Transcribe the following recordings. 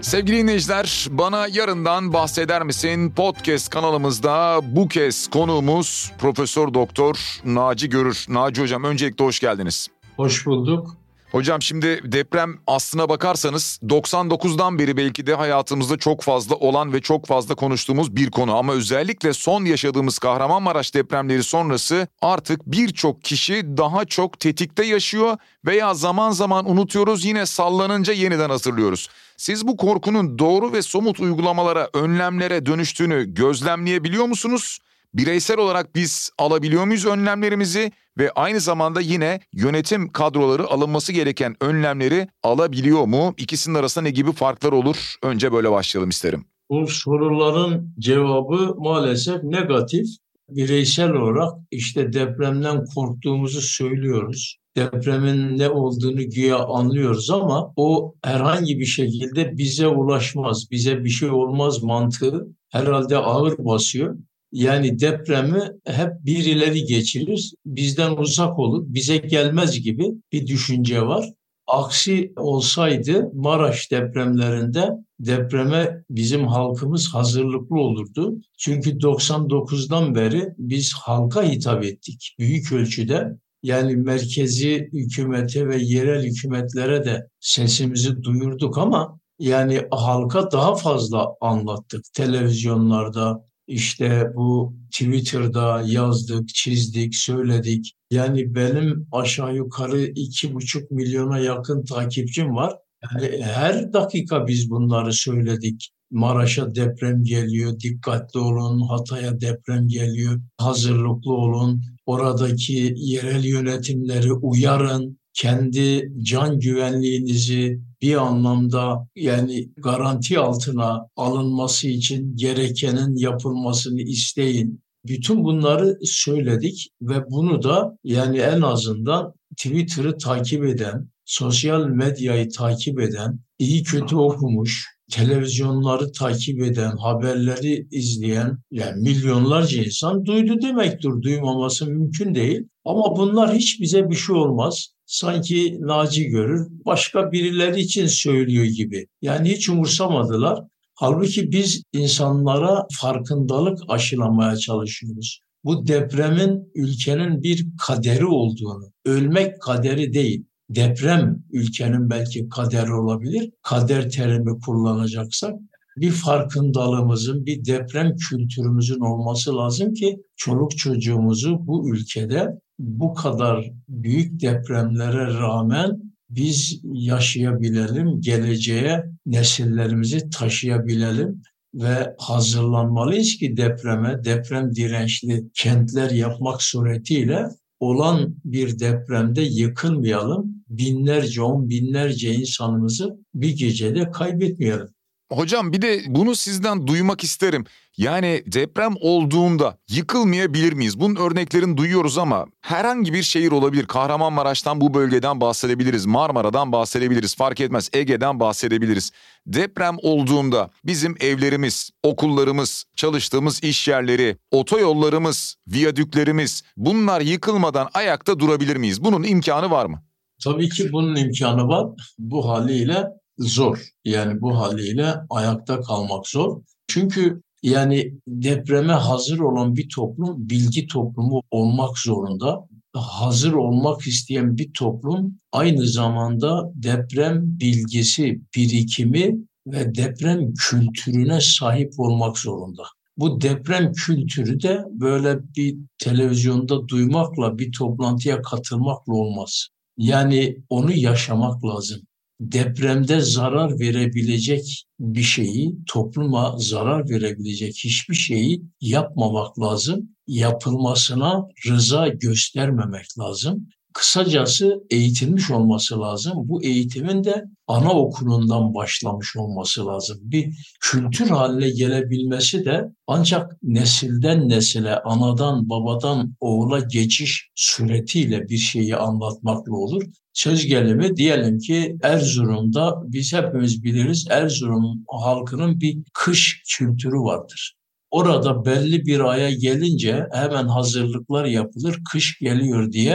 Sevgili dinleyiciler, Bana Yarından Bahseder Misin podcast kanalımızda bu kez konuğumuz Profesör Doktor Naci Görür. Naci Hocam, öncelikle hoş geldiniz. Hoş bulduk. Hocam, şimdi deprem aslına bakarsanız 99'dan beri belki de hayatımızda çok fazla olan ve çok fazla konuştuğumuz bir konu. Ama özellikle son yaşadığımız Kahramanmaraş depremleri sonrası artık birçok kişi daha çok tetikte yaşıyor veya zaman zaman unutuyoruz, yine sallanınca yeniden hatırlıyoruz. Siz bu korkunun doğru ve somut uygulamalara, önlemlere dönüştüğünü gözlemleyebiliyor musunuz? Bireysel olarak biz alabiliyor muyuz önlemlerimizi ve aynı zamanda yine yönetim kadroları alınması gereken önlemleri alabiliyor mu? İkisinin arasında ne gibi farklar olur? Önce böyle başlayalım isterim. Bu soruların cevabı maalesef negatif. Bireysel olarak işte depremden korktuğumuzu söylüyoruz. Depremin ne olduğunu güya anlıyoruz ama o herhangi bir şekilde bize ulaşmaz. Bize bir şey olmaz mantığı herhalde ağır basıyor. Yani depremi hep birileri geçirir, bizden uzak olur, bize gelmez gibi bir düşünce var. Aksi olsaydı Maraş depremlerinde depreme bizim halkımız hazırlıklı olurdu. Çünkü 99'dan beri biz halka hitap ettik büyük ölçüde. Yani merkezi hükümete ve yerel hükümetlere de sesimizi duyurduk ama yani halka daha fazla anlattık televizyonlarda. İşte bu Twitter'da yazdık, çizdik, söyledik. Yani benim aşağı yukarı 2,5 milyona yakın takipçim var. Yani her dakika biz bunları söyledik. Maraş'a deprem geliyor, dikkatli olun. Hatay'a deprem geliyor, hazırlıklı olun. Oradaki yerel yönetimleri uyarın. Kendi can güvenliğinizi bir anlamda yani garanti altına alınması için gerekenin yapılmasını isteyin. Bütün bunları söyledik ve bunu da yani en azından Twitter'ı takip eden, sosyal medyayı takip eden, iyi kötü okumuş, televizyonları takip eden, haberleri izleyen yani milyonlarca insan duydu demektir. Duymaması mümkün değil. Ama bunlar hiç bize bir şey olmaz. Sanki Naci Görür başka birileri için söylüyor gibi. Yani hiç umursamadılar. Halbuki biz insanlara farkındalık aşılamaya çalışıyoruz. Bu depremin ülkenin bir kaderi olduğunu, ölmek kaderi değil. Deprem ülkenin belki kaderi olabilir. Kader terimi kullanacaksak bir farkındalığımızın, bir deprem kültürümüzün olması lazım ki çoluk çocuğumuzu bu ülkede bu kadar büyük depremlere rağmen biz yaşayabilelim, geleceğe nesillerimizi taşıyabilelim ve hazırlanmalıyız ki depreme, deprem dirençli kentler yapmak suretiyle olan bir depremde yıkılmayalım, binlerce, on binlerce insanımızı bir gecede kaybetmeyelim. Hocam, bir de bunu sizden duymak isterim. Yani deprem olduğunda yıkılmayabilir miyiz? Bunun örneklerini duyuyoruz ama herhangi bir şehir olabilir. Kahramanmaraş'tan, bu bölgeden bahsedebiliriz. Marmara'dan bahsedebiliriz. Fark etmez, Ege'den bahsedebiliriz. Deprem olduğunda bizim evlerimiz, okullarımız, çalıştığımız iş yerleri, otoyollarımız, viyadüklerimiz, bunlar yıkılmadan ayakta durabilir miyiz? Bunun imkanı var mı? Tabii ki bunun imkanı var. Bu haliyle zor. Yani bu haliyle ayakta kalmak zor. Çünkü yani depreme hazır olan bir toplum bilgi toplumu olmak zorunda. Hazır olmak isteyen bir toplum aynı zamanda deprem bilgisi, birikimi ve deprem kültürüne sahip olmak zorunda. Bu deprem kültürü de böyle bir televizyonda duymakla, bir toplantıya katılmakla olmaz. Yani onu yaşamak lazım. Depremde zarar verebilecek bir şeyi, topluma zarar verebilecek hiçbir şeyi yapmamak lazım. Yapılmasına rıza göstermemek lazım. Kısacası eğitilmiş olması lazım. Bu eğitimin de anaokulundan başlamış olması lazım. Bir kültür haline gelebilmesi de ancak nesilden nesile, anadan babadan oğula geçiş suretiyle bir şeyi anlatmakla olur. Söz gelimi diyelim ki Erzurum'da biz hepimiz biliriz, Erzurum halkının bir kış kültürü vardır. Orada belli bir aya gelince hemen hazırlıklar yapılır, kış geliyor diye.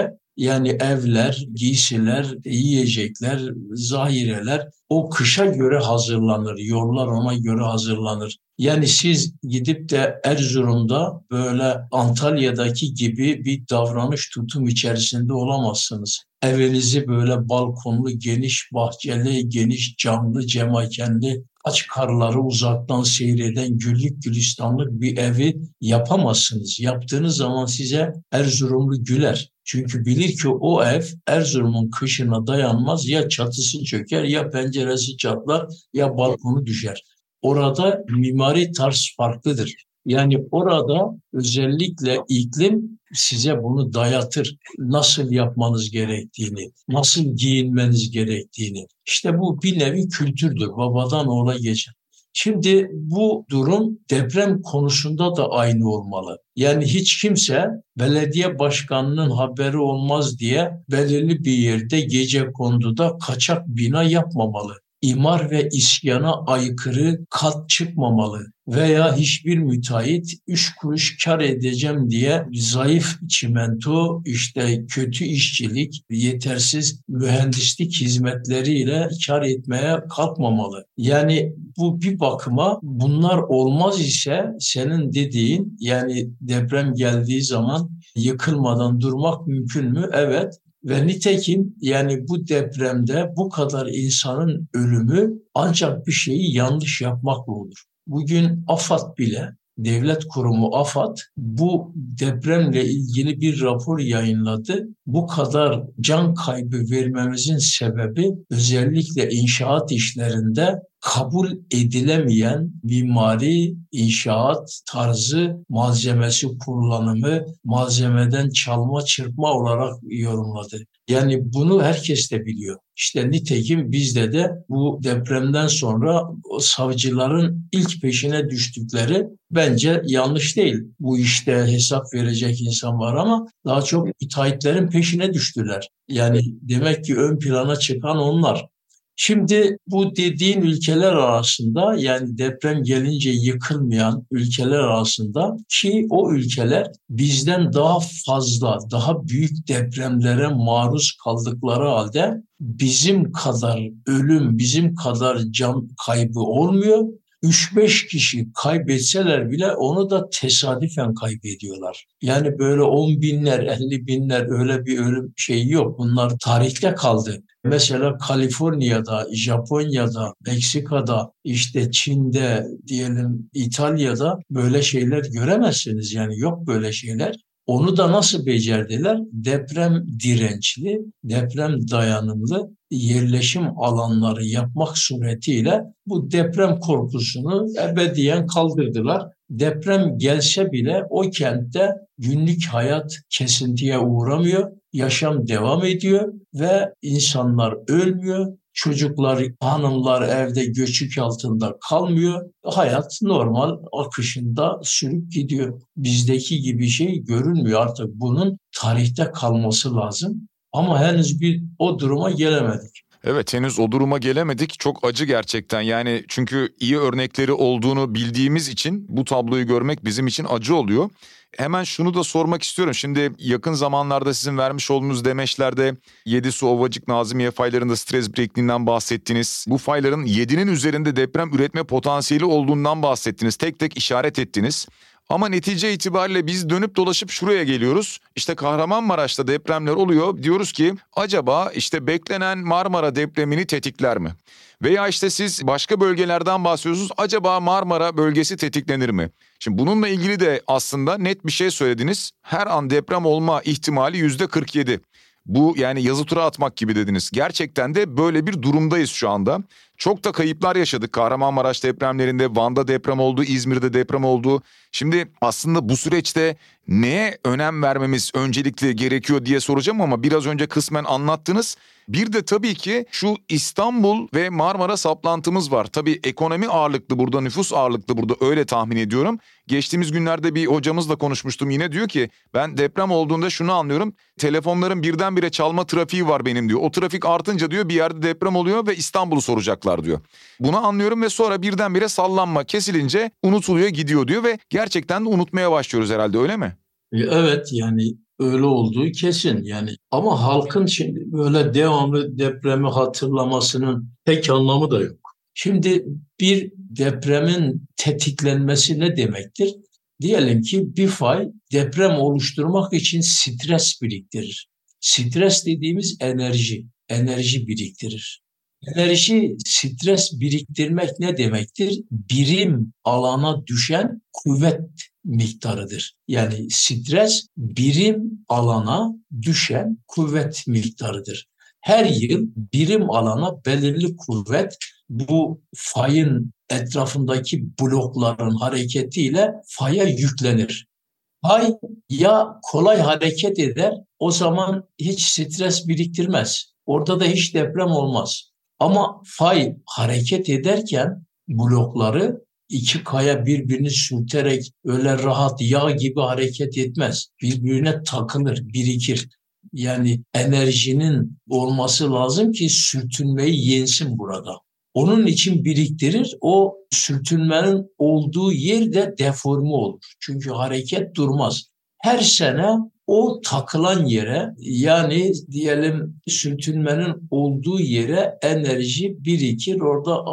Yani evler, giysiler, yiyecekler, zahireler o kışa göre hazırlanır. Yollar ona göre hazırlanır. Yani siz gidip de Erzurum'da böyle Antalya'daki gibi bir davranış tutum içerisinde olamazsınız. Evinizi böyle balkonlu, geniş bahçeli, geniş camlı, cemakenli, aç karları uzaktan seyreden güllük gülistanlık bir evi yapamazsınız. Yaptığınız zaman size Erzurumlu güler. Çünkü bilir ki o ev Erzurum'un kışına dayanmaz. Ya çatısı çöker, ya penceresi çatlar, ya balkonu düşer. Orada mimari tarz farklıdır. Yani orada özellikle iklim size bunu dayatır. Nasıl yapmanız gerektiğini, nasıl giyinmeniz gerektiğini. İşte bu bir nevi kültürdür. Babadan oğula geçen. Şimdi bu durum deprem konusunda da aynı olmalı. Yani hiç kimse belediye başkanının haberi olmaz diye belirli bir yerde gecekonduda kaçak bina yapmamalı. İmar ve isyana aykırı kat çıkmamalı veya hiçbir müteahhit 3 kuruş kar edeceğim diye zayıf çimento, işte kötü işçilik, yetersiz mühendislik hizmetleriyle kar etmeye kalkmamalı. Yani bu bir bakıma bunlar olmaz ise senin dediğin yani deprem geldiği zaman yıkılmadan durmak mümkün mü? Evet. Ve nitekim yani bu depremde bu kadar insanın ölümü ancak bir şeyi yanlış yapmakla olur. Bugün AFAD bile, devlet kurumu AFAD bu depremle ilgili bir rapor yayınladı. Bu kadar can kaybı vermemizin sebebi özellikle inşaat işlerinde kabul edilemeyen mimari, inşaat tarzı, malzemesi kullanımı, malzemeden çalma çırpma olarak yorumladı. Yani bunu herkes de biliyor. İşte nitekim bizde de bu depremden sonra o savcıların ilk peşine düştükleri bence yanlış değil. Bu işte hesap verecek insan var ama daha çok müteahhitlerin peşine düştüler. Yani demek ki ön plana çıkan onlar. Şimdi bu dediğin ülkeler arasında yani deprem gelince yıkılmayan ülkeler arasında ki o ülkeler bizden daha fazla, daha büyük depremlere maruz kaldıkları halde bizim kadar ölüm, bizim kadar can kaybı olmuyor. 3-5 kişi kaybetseler bile onu da tesadüfen kaybediyorlar. Yani böyle 10 binler, 50 binler öyle bir ölüm şeyi yok. Bunlar tarihte kaldı. Mesela Kaliforniya'da, Japonya'da, Meksika'da, işte Çin'de, diyelim İtalya'da böyle şeyler göremezsiniz. Yani yok böyle şeyler. Onu da nasıl becerdiler? Deprem dirençli, deprem dayanımlı yerleşim alanları yapmak suretiyle bu deprem korkusunu ebediyen kaldırdılar. Deprem gelse bile o kentte günlük hayat kesintiye uğramıyor, yaşam devam ediyor ve insanlar ölmüyor. Çocuklar, hanımlar evde göçük altında kalmıyor. Hayat normal akışında sürüp gidiyor. Bizdeki gibi şey görünmüyor artık. Bunun tarihte kalması lazım. Ama henüz bir o duruma gelemedik. Evet, henüz o duruma gelemedik. Çok acı gerçekten. Yani çünkü iyi örnekleri olduğunu bildiğimiz için bu tabloyu görmek bizim için acı oluyor. Hemen şunu da sormak istiyorum. Şimdi yakın zamanlarda sizin vermiş olduğunuz demeçlerde Yedisu, Ovacık, Nazımmiye faylarında stres birikliğinden bahsettiniz. Bu fayların 7'nin üzerinde deprem üretme potansiyeli olduğundan bahsettiniz. Tek tek işaret ettiniz. Ama netice itibariyle biz dönüp dolaşıp şuraya geliyoruz. İşte Kahramanmaraş'ta depremler oluyor. Diyoruz ki acaba işte beklenen Marmara depremini tetikler mi? Veya işte siz başka bölgelerden bahsediyorsunuz. Acaba Marmara bölgesi tetiklenir mi? Şimdi bununla ilgili de aslında net bir şey söylediniz. Her an deprem olma ihtimali %47. Bu yani yazı tura atmak gibi dediniz. Gerçekten de böyle bir durumdayız şu anda. Çok da kayıplar yaşadık. Kahramanmaraş depremlerinde, Van'da deprem oldu, İzmir'de deprem oldu. Şimdi aslında bu süreçte neye önem vermemiz öncelikle gerekiyor diye soracağım ama biraz önce kısmen anlattınız. Bir de tabii ki şu İstanbul ve Marmara saplantımız var. Tabii ekonomi ağırlıklı burada, nüfus ağırlıklı burada, öyle tahmin ediyorum. Geçtiğimiz günlerde bir hocamızla konuşmuştum, yine diyor ki ben deprem olduğunda şunu anlıyorum. Telefonların birdenbire çalma trafiği var benim diyor. O trafik artınca diyor bir yerde deprem oluyor ve İstanbul'u soracaklar diyor. Bunu anlıyorum ve sonra birdenbire sallanma kesilince unutuluyor gidiyor diyor ve gerçekten de unutmaya başlıyoruz herhalde, öyle mi? Evet yani öyle olduğu kesin yani. Ama halkın şimdi böyle devamlı depremi hatırlamasının pek anlamı da yok. Şimdi bir depremin tetiklenmesi ne demektir? Diyelim ki bir fay deprem oluşturmak için stres biriktirir. Stres dediğimiz enerji biriktirir. Enerji, stres biriktirmek ne demektir? Birim alana düşen kuvvet miktarıdır. Yani stres birim alana düşen kuvvet miktarıdır. Her yıl birim alana belirli kuvvet bu fayın etrafındaki blokların hareketiyle faya yüklenir. Fay ya kolay hareket eder, o zaman hiç stres biriktirmez. Orada da hiç deprem olmaz. Ama fay hareket ederken blokları iki kaya birbirini sürterek öyle rahat yağ gibi hareket etmez. Birbirine takılır, birikir. Yani enerjinin olması lazım ki sürtünmeyi yensin burada. Onun için biriktirir. O sürtünmenin olduğu yerde deforme olur. Çünkü hareket durmaz. Her sene o takılan yere, yani diyelim sürtünmenin olduğu yere enerji birikir. Orada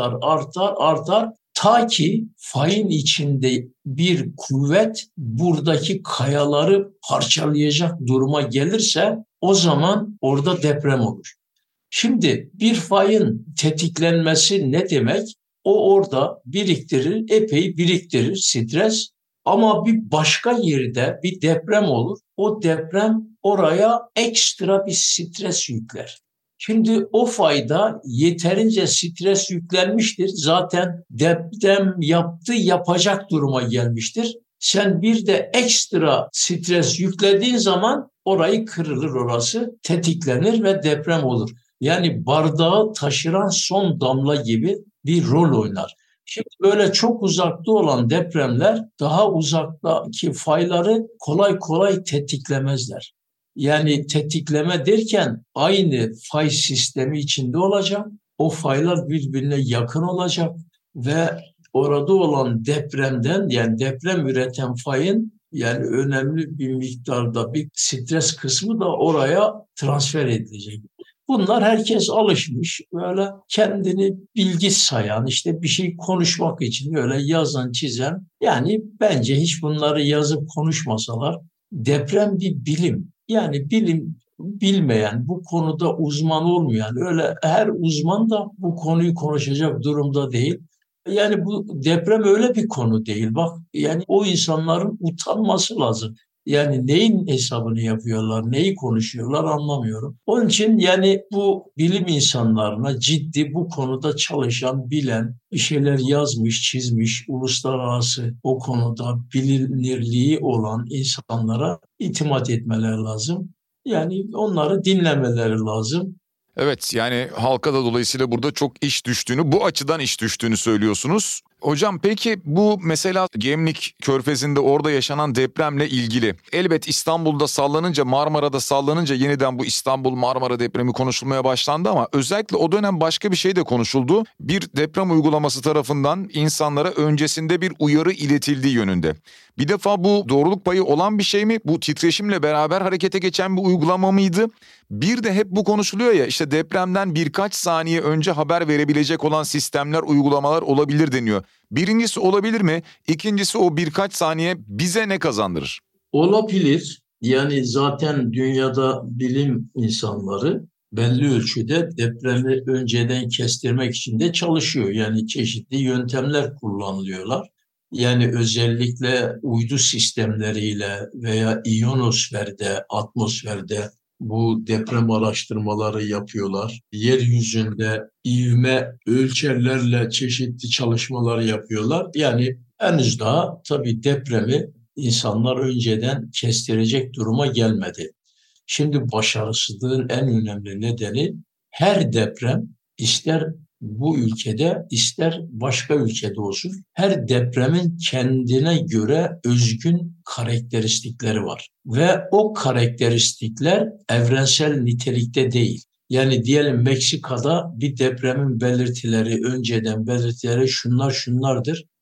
artar ta ki fayın içinde bir kuvvet buradaki kayaları parçalayacak duruma gelirse o zaman orada deprem olur. Şimdi bir fayın tetiklenmesi ne demek? O orada biriktirir, epey biriktirir stres. Ama bir başka yerde bir deprem olur. O deprem oraya ekstra bir stres yükler. Şimdi o fayda yeterince stres yüklenmiştir. Zaten deprem yapacak duruma gelmiştir. Sen bir de ekstra stres yüklediğin zaman orayı kırılır, orası tetiklenir ve deprem olur. Yani bardağı taşıran son damla gibi bir rol oynar. Şimdi böyle çok uzakta olan depremler daha uzaktaki fayları kolay kolay tetiklemezler. Yani tetikleme derken aynı fay sistemi içinde olacak. O faylar birbirine yakın olacak ve orada olan depremden, yani deprem üreten fayın yani önemli bir miktarda bir stres kısmı da oraya transfer edilecek. Bunlar herkes alışmış, böyle kendini bilgi sayan, işte bir şey konuşmak için öyle yazan, çizen. Yani bence hiç bunları yazıp konuşmasalar, deprem bir bilim. Yani bilim bilmeyen, bu konuda uzman olmayan, öyle her uzman da bu konuyu konuşacak durumda değil. Yani bu deprem öyle bir konu değil. Bak yani o insanların utanması lazım. Yani neyin hesabını yapıyorlar, neyi konuşuyorlar anlamıyorum. Onun için yani bu bilim insanlarına ciddi bu konuda çalışan, bilen, bir şeyler yazmış, çizmiş, uluslararası o konuda bilinirliği olan insanlara itimat etmeleri lazım. Yani onları dinlemeleri lazım. Evet, yani halka da dolayısıyla burada çok iş düştüğünü, bu açıdan iş düştüğünü söylüyorsunuz. Hocam peki bu mesela Gemlik Körfezi'nde orada yaşanan depremle ilgili elbet İstanbul'da sallanınca, Marmara'da sallanınca yeniden bu İstanbul-Marmara depremi konuşulmaya başlandı ama özellikle o dönem başka bir şey de konuşuldu. Bir deprem uygulaması tarafından insanlara öncesinde bir uyarı iletildiği yönünde. Bir defa bu doğruluk payı olan bir şey mi? Bu titreşimle beraber harekete geçen bir uygulama mıydı? Bir de hep bu konuşuluyor ya, işte depremden birkaç saniye önce haber verebilecek olan sistemler, uygulamalar olabilir deniyor. Birincisi olabilir mi? İkincisi o birkaç saniye bize ne kazandırır? Olabilir. Yani zaten dünyada bilim insanları belli ölçüde depremi önceden kestirmek için de çalışıyor. Yani çeşitli yöntemler kullanılıyorlar. Yani özellikle uydu sistemleriyle veya iyonosferde, atmosferde bu deprem araştırmaları yapıyorlar. Yeryüzünde ivme ölçerlerle çeşitli çalışmalar yapıyorlar. Yani henüz daha tabii depremi insanlar önceden kestirecek duruma gelmedi. Şimdi başarısızlığın en önemli nedeni her deprem, ister bu ülkede ister başka ülkede olsun, her depremin kendine göre özgün karakteristikleri var. Ve o karakteristikler evrensel nitelikte değil. Yani diyelim Meksika'da bir depremin belirtileri, önceden belirtileri şunlardır.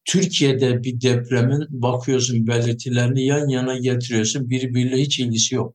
Türkiye'de bir depremin bakıyorsun belirtilerini yan yana getiriyorsun, birbiriyle hiç ilgisi yok.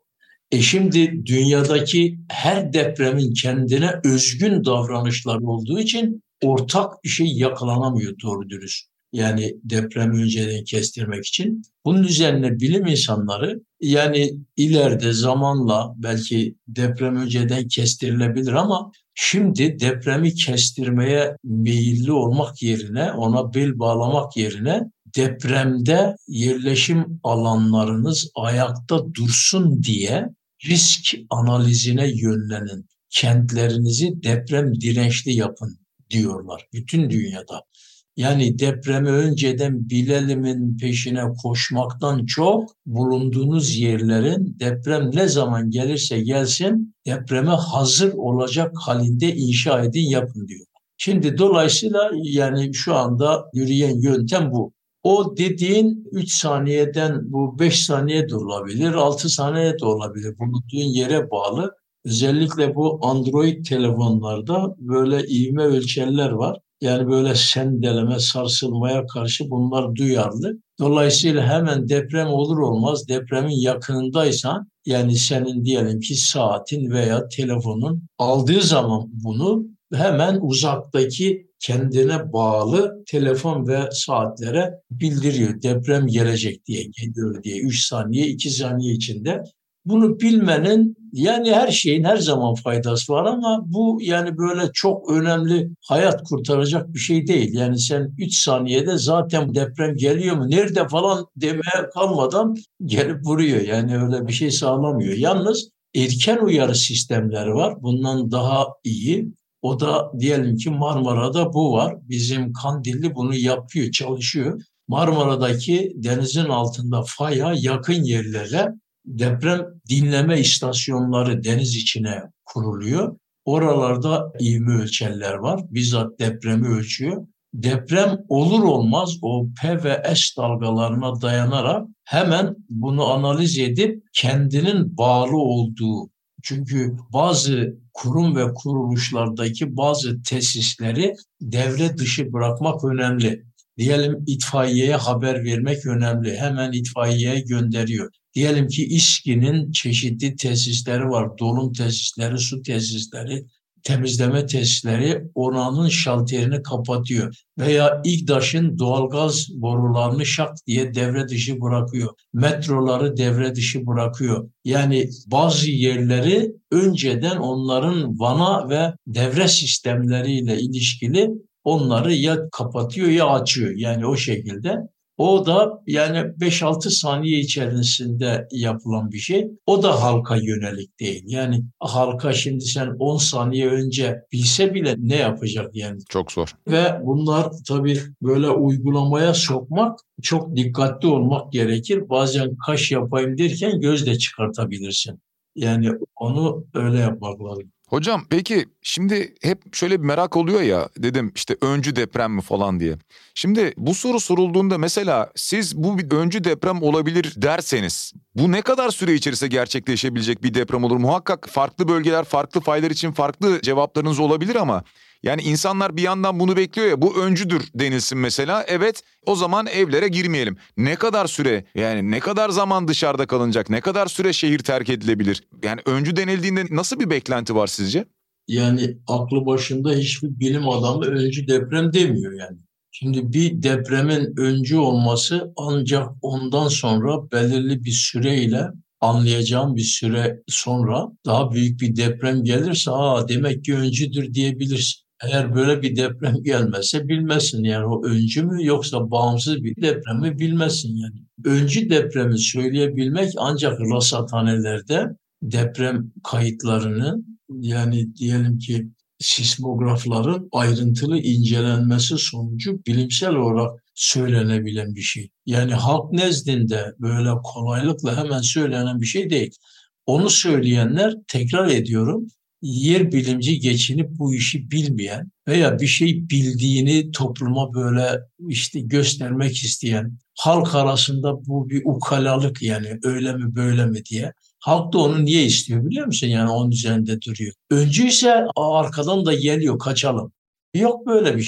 Şimdi dünyadaki her depremin kendine özgün davranışları olduğu için ortak bir şey yakalanamıyor doğru dürüst. Yani depremi önceden kestirmek için. Bunun üzerine bilim insanları yani ileride zamanla belki deprem önceden kestirilebilir ama şimdi depremi kestirmeye meyilli olmak yerine, ona bel bağlamak yerine depremde yerleşim alanlarınız ayakta dursun diye risk analizine yönlenin. Kentlerinizi deprem dirençli yapın diyorlar bütün dünyada. Yani depremi önceden bilelimin peşine koşmaktan çok bulunduğunuz yerlerin deprem ne zaman gelirse gelsin depreme hazır olacak halinde inşa edin yapın diyor. Şimdi dolayısıyla yani şu anda yürüyen yöntem bu. O dediğin 3 saniyeden bu 5 saniye de olabilir, 6 saniye de olabilir. Bulunduğun yere bağlı. Özellikle bu Android telefonlarda böyle ivme ölçerler var. Yani böyle sendeleme, sarsılmaya karşı bunlar duyarlı. Dolayısıyla hemen deprem olur olmaz depremin yakınındaysan yani senin diyelim ki saatin veya telefonun aldığı zaman bunu hemen uzaktaki kendine bağlı telefon ve saatlere bildiriyor. Deprem gelecek diye, geliyor diye 3 saniye, 2 saniye içinde. Bunu bilmenin yani her şeyin her zaman faydası var ama bu yani böyle çok önemli hayat kurtaracak bir şey değil. Yani sen 3 saniyede zaten deprem geliyor mu nerede falan demeye kalmadan gelip vuruyor. Yani öyle bir şey sağlamıyor. Yalnız erken uyarı sistemleri var. Bundan daha iyi. O da diyelim ki Marmara'da bu var. Bizim Kandilli bunu yapıyor, çalışıyor. Marmara'daki denizin altında faya yakın yerlere deprem dinleme istasyonları deniz içine kuruluyor. Oralarda ivme ölçerler var. Bizzat depremi ölçüyor. Deprem olur olmaz o P ve S dalgalarına dayanarak hemen bunu analiz edip kendinin bağlı olduğu çünkü bazı kurum ve kuruluşlardaki bazı tesisleri devre dışı bırakmak önemli. Diyelim itfaiyeye haber vermek önemli. Hemen itfaiyeye gönderiyor. Diyelim ki İSKİ'nin çeşitli tesisleri var. Dolum tesisleri, su tesisleri, temizleme tesisleri oranın şalterini kapatıyor. Veya İGDAŞ'ın doğalgaz borularını şak diye devre dışı bırakıyor. Metroları devre dışı bırakıyor. Yani bazı yerleri önceden onların vana ve devre sistemleriyle ilişkili onları ya kapatıyor ya açıyor. Yani o şekilde. O da yani 5-6 saniye içerisinde yapılan bir şey. O da halka yönelik değil. Yani halka şimdi sen 10 saniye önce bilse bile ne yapacak yani? Çok zor. Ve bunlar tabii böyle uygulamaya sokmak çok dikkatli olmak gerekir. Bazen kaş yapayım derken göz de çıkartabilirsin. Yani onu öyle yapmak lazım. Hocam peki şimdi hep şöyle bir merak oluyor ya dedim işte öncü deprem mi falan diye. Şimdi bu soru sorulduğunda mesela siz bu bir öncü deprem olabilir derseniz bu ne kadar süre içerisinde gerçekleşebilecek bir deprem olur? Muhakkak farklı bölgeler farklı faylar için farklı cevaplarınız olabilir ama yani insanlar bir yandan bunu bekliyor ya bu öncüdür denilsin mesela evet o zaman evlere girmeyelim. Ne kadar süre yani ne kadar zaman dışarıda kalınacak ne kadar süre şehir terk edilebilir? Yani öncü denildiğinde nasıl bir beklenti var sizce? Yani aklı başında hiçbir bilim adamı öncü deprem demiyor yani. Şimdi bir depremin öncü olması ancak ondan sonra belirli bir süreyle anlayacağım bir süre sonra daha büyük bir deprem gelirse demek ki öncüdür diyebilirsin. Eğer böyle bir deprem gelmezse bilmezsin yani o öncü mü yoksa bağımsız bir deprem mi bilmezsin yani. Öncü depremi söyleyebilmek ancak rasathanelerde deprem kayıtlarını yani diyelim ki sismografların ayrıntılı incelenmesi sonucu bilimsel olarak söylenebilen bir şey. Yani halk nezdinde böyle kolaylıkla hemen söylenen bir şey değil. Onu söyleyenler tekrar ediyorum yer bilimci geçinip bu işi bilmeyen veya bir şey bildiğini topluma böyle işte göstermek isteyen halk arasında bu bir ukalalık yani öyle mi böyle mi diye. Halk da onu niye istiyor biliyor musun? Yani onun üzerinde duruyor. Öncüyse arkadan da geliyor kaçalım. Yok böyle bir şey.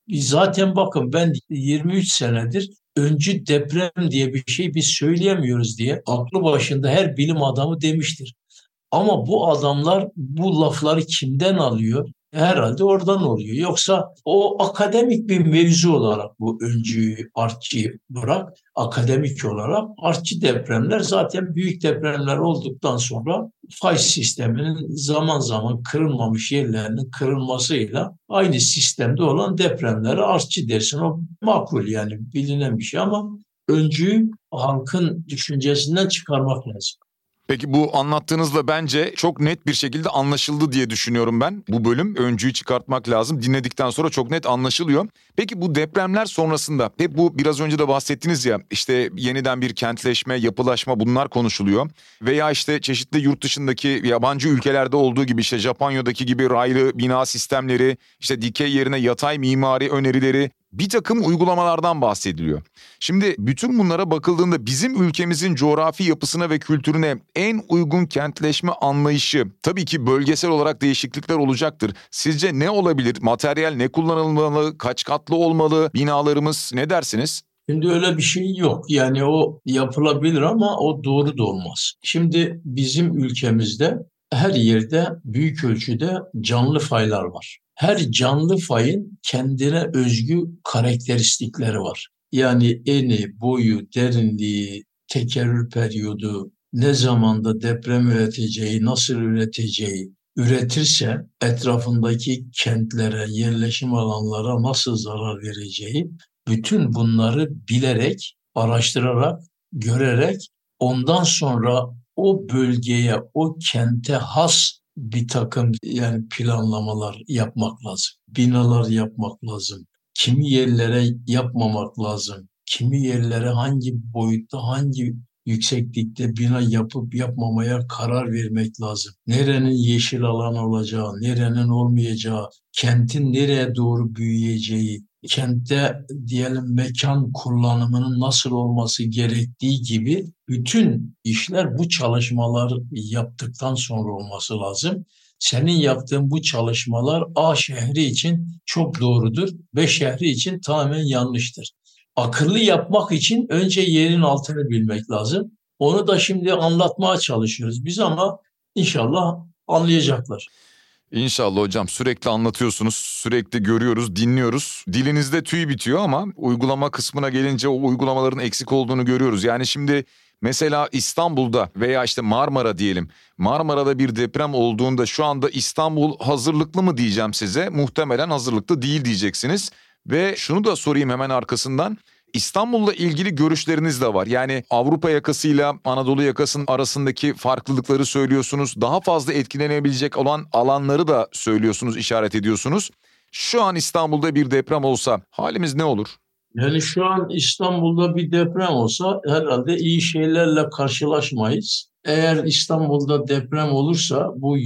Zaten bakın ben 23 senedir öncü deprem diye bir şey biz söyleyemiyoruz diye aklı başında her bilim adamı demiştir. Ama bu adamlar bu lafları kimden alıyor? Herhalde oradan oluyor. Yoksa o akademik bir mevzu olarak bu öncüyü, artçıyı bırak, akademik olarak artçı depremler zaten büyük depremler olduktan sonra fay sisteminin zaman zaman kırılmamış yerlerinin kırılmasıyla aynı sistemde olan depremlere artçı dersin. O makul yani bilinen bir şey ama öncüyü halkın düşüncesinden çıkarmak lazım. Peki bu anlattığınızla bence çok net bir şekilde anlaşıldı diye düşünüyorum ben. Bu bölüm öncüyü çıkartmak lazım. Dinledikten sonra çok net anlaşılıyor. Peki bu depremler sonrasında hep bu biraz önce de bahsettiniz ya işte yeniden bir kentleşme, yapılaşma bunlar konuşuluyor. Veya işte çeşitli yurt dışındaki yabancı ülkelerde olduğu gibi işte Japonya'daki gibi raylı bina sistemleri, işte dikey yerine yatay mimari önerileri bir takım uygulamalardan bahsediliyor. Şimdi bütün bunlara bakıldığında bizim ülkemizin coğrafi yapısına ve kültürüne en uygun kentleşme anlayışı tabii ki bölgesel olarak değişiklikler olacaktır. Sizce ne olabilir? Materyal ne kullanılmalı? Kaç katlı olmalı? Binalarımız ne dersiniz? Şimdi öyle bir şey yok. Yani o yapılabilir ama o doğru da olmaz. Şimdi bizim ülkemizde her yerde büyük ölçüde canlı faylar var. Her canlı fayın kendine özgü karakteristikleri var. Yani eni, boyu, derinliği, tekerrür periyodu, ne zamanda deprem üreteceği, nasıl üreteceği, üretirse etrafındaki kentlere, yerleşim alanlara nasıl zarar vereceği, bütün bunları bilerek, araştırarak, görerek ondan sonra o bölgeye, o kente has bir takım yani planlamalar yapmak lazım. Binalar yapmak lazım. Kimi yerlere yapmamak lazım. Kimi yerlere hangi boyutta, hangi yükseklikte bina yapıp yapmamaya karar vermek lazım. Nerenin yeşil alan olacağı, nerenin olmayacağı, kentin nereye doğru büyüyeceği, kentte diyelim mekan kullanımının nasıl olması gerektiği gibi bütün işler bu çalışmalar yaptıktan sonra olması lazım. Senin yaptığın bu çalışmalar A şehri için çok doğrudur, B şehri için tamamen yanlıştır. Akıllı yapmak için önce yerin altını bilmek lazım. Onu da şimdi anlatmaya çalışıyoruz biz ama inşallah anlayacaklar. İnşallah hocam sürekli anlatıyorsunuz, sürekli görüyoruz, dinliyoruz. Dilinizde tüy bitiyor ama uygulama kısmına gelince o uygulamaların eksik olduğunu görüyoruz. Yani şimdi mesela İstanbul'da veya işte Marmara diyelim. Marmara'da bir deprem olduğunda şu anda İstanbul hazırlıklı mı diyeceğim size? Muhtemelen hazırlıklı değil diyeceksiniz. Ve şunu da sorayım hemen arkasından. İstanbul'la ilgili görüşleriniz de var. Yani Avrupa yakasıyla Anadolu yakasının arasındaki farklılıkları söylüyorsunuz. Daha fazla etkilenebilecek olan alanları da söylüyorsunuz, işaret ediyorsunuz. Şu an İstanbul'da bir deprem olsa halimiz ne olur? Yani şu an İstanbul'da bir deprem olsa herhalde iyi şeylerle karşılaşmayız. Eğer İstanbul'da deprem olursa bu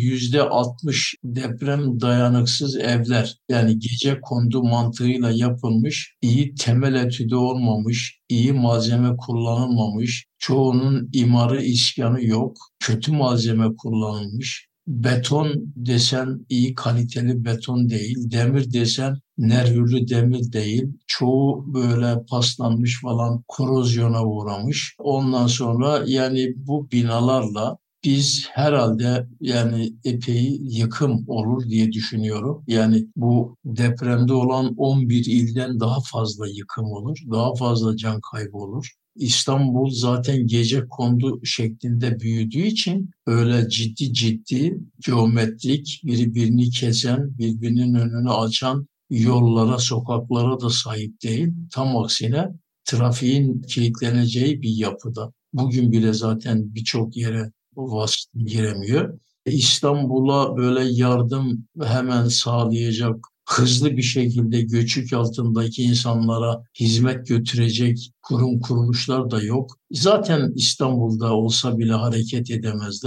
%60 deprem dayanıksız evler yani gece kondu mantığıyla yapılmış, iyi temel etüdü olmamış, iyi malzeme kullanılmamış, çoğunun imarı iskanı yok, kötü malzeme kullanılmış. Beton desen iyi kaliteli beton değil, demir desen nervürlü demir değil. Çoğu böyle paslanmış falan korozyona uğramış. Ondan sonra yani bu binalarla biz herhalde yani epey yıkım olur diye düşünüyorum. Yani bu depremde olan 11 ilden daha fazla yıkım olur, daha fazla can kaybı olur. İstanbul zaten gecekondu şeklinde büyüdüğü için öyle ciddi ciddi geometrik birbirini kesen, birbirinin önünü açan yollara, sokaklara da sahip değil. Tam aksine trafiğin kilitleneceği bir yapıda. Bugün bile zaten birçok yere vasıta giremiyor. İstanbul'a böyle yardım hemen sağlayacak, hızlı bir şekilde göçük altındaki insanlara hizmet götürecek kurum kuruluşlar da yok. Zaten İstanbul'da olsa bile hareket edemezler.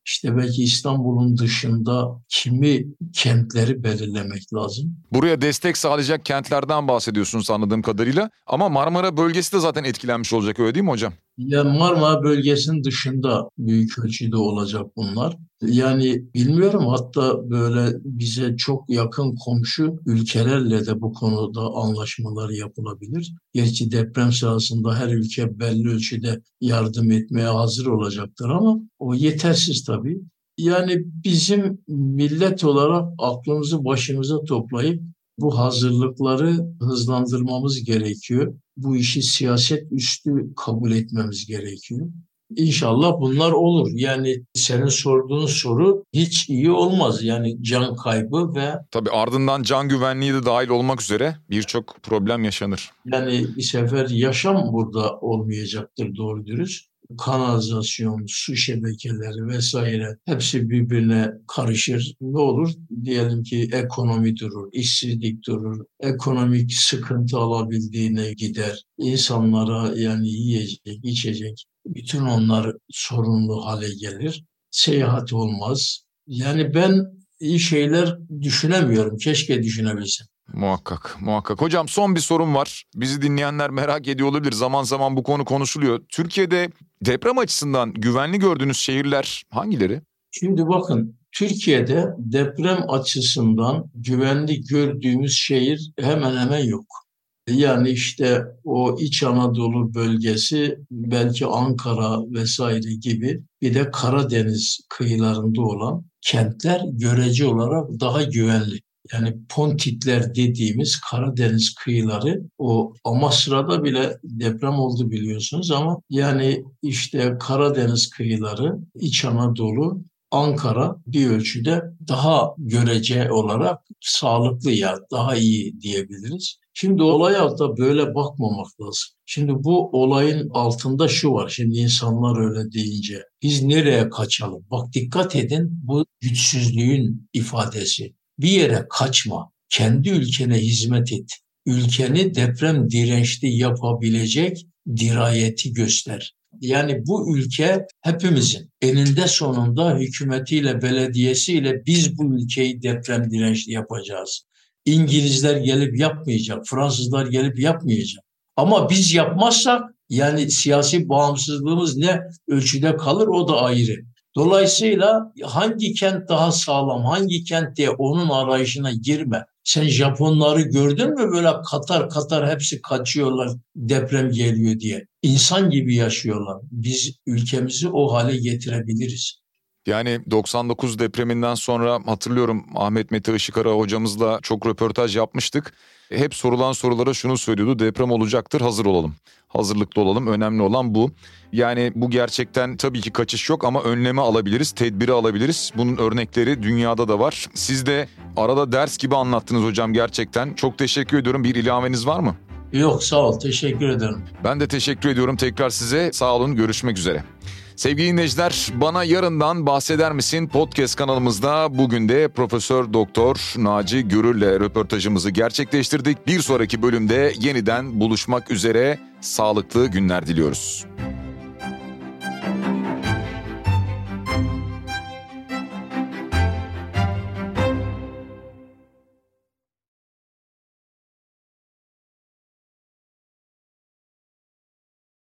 İşte belki İstanbul'un dışında kimi kentleri belirlemek lazım. Buraya destek sağlayacak kentlerden bahsediyorsunuz anladığım kadarıyla. Ama Marmara bölgesi de zaten etkilenmiş olacak, öyle değil mi hocam? Yani Marmara bölgesinin dışında büyük ölçüde olacak bunlar. Yani bilmiyorum, hatta böyle bize çok yakın komşu ülkelerle de bu konuda anlaşmalar yapılabilir. Gerçi deprem sırasında her ülke belli ölçüde yardım etmeye hazır olacaktır ama o yetersiz tabii. Yani bizim millet olarak aklımızı başımıza toplayıp bu hazırlıkları hızlandırmamız gerekiyor. Bu işi siyaset üstü kabul etmemiz gerekiyor. İnşallah bunlar olur. Yani senin sorduğun soru hiç iyi olmaz. Yani can kaybı ve Tabii ardından can güvenliği de dahil olmak üzere birçok problem yaşanır. yani bir sefer yaşam burada olmayacaktır doğru dürüst. Kanalizasyon, su şebekeleri vesaire hepsi birbirine karışır. Ne olur? Diyelim ki ekonomi durur, işsizlik durur, ekonomik sıkıntı alabildiğine gider. İnsanlara yani yiyecek, içecek, bütün onlar sorunlu hale gelir. Seyahat olmaz. Yani ben iyi şeyler düşünemiyorum. Keşke düşünebilsem. Muhakkak, muhakkak. Hocam son bir sorum var. Bizi dinleyenler merak ediyor olabilir. Zaman zaman bu konu konuşuluyor. Türkiye'de deprem açısından güvenli gördüğünüz şehirler hangileri? Şimdi bakın, Türkiye'de deprem açısından güvenli gördüğümüz şehir hemen hemen yok. Yani işte o İç Anadolu bölgesi, belki Ankara vesaire gibi, bir de Karadeniz kıyılarında olan kentler görece olarak daha güvenli. Yani Pontitler dediğimiz Karadeniz kıyıları, o Amasra'da bile deprem oldu biliyorsunuz ama yani işte Karadeniz kıyıları, İç Anadolu, Ankara bir ölçüde daha görece olarak sağlıklı, ya daha iyi diyebiliriz. Şimdi olaya da böyle bakmamak lazım. Şimdi bu olayın altında şu var. Şimdi insanlar öyle deyince biz nereye kaçalım? Bak dikkat edin, bu güçsüzlüğün ifadesi. Bir yere kaçma. Kendi ülkene hizmet et. Ülkeni deprem dirençli yapabilecek dirayeti göster. Yani bu ülke hepimizin, eninde sonunda hükümetiyle, belediyesiyle biz bu ülkeyi deprem dirençli yapacağız. İngilizler gelip yapmayacak, Fransızlar gelip yapmayacak. Ama biz yapmazsak yani siyasi bağımsızlığımız ne ölçüde kalır, o da ayrı. Dolayısıyla hangi kent daha sağlam, hangi kent diye onun arayışına girme. Sen Japonları gördün mü, böyle katar katar hepsi kaçıyorlar deprem geliyor diye. İnsan gibi yaşıyorlar. Biz ülkemizi o hale getirebiliriz. Yani 99 depreminden sonra hatırlıyorum, Ahmet Mete Işıkara hocamızla çok röportaj yapmıştık. Hep sorulan sorulara şunu söylüyordu: deprem olacaktır, hazır olalım. Hazırlıklı olalım, önemli olan bu. Yani bu gerçekten, tabii ki kaçış yok ama önlemi alabiliriz, tedbiri alabiliriz. Bunun örnekleri dünyada da var. Siz de arada ders gibi anlattınız hocam gerçekten. Çok teşekkür ediyorum. Bir ilaveniz var mı? Yok, sağ ol, teşekkür ederim. Ben de teşekkür ediyorum tekrar size. Sağ olun, görüşmek üzere. Sevgili dinleyiciler, Bana Yarından Bahseder Misin podcast kanalımızda bugün de Profesör Doktor Naci Görür'le röportajımızı gerçekleştirdik. Bir sonraki bölümde yeniden buluşmak üzere, sağlıklı günler diliyoruz.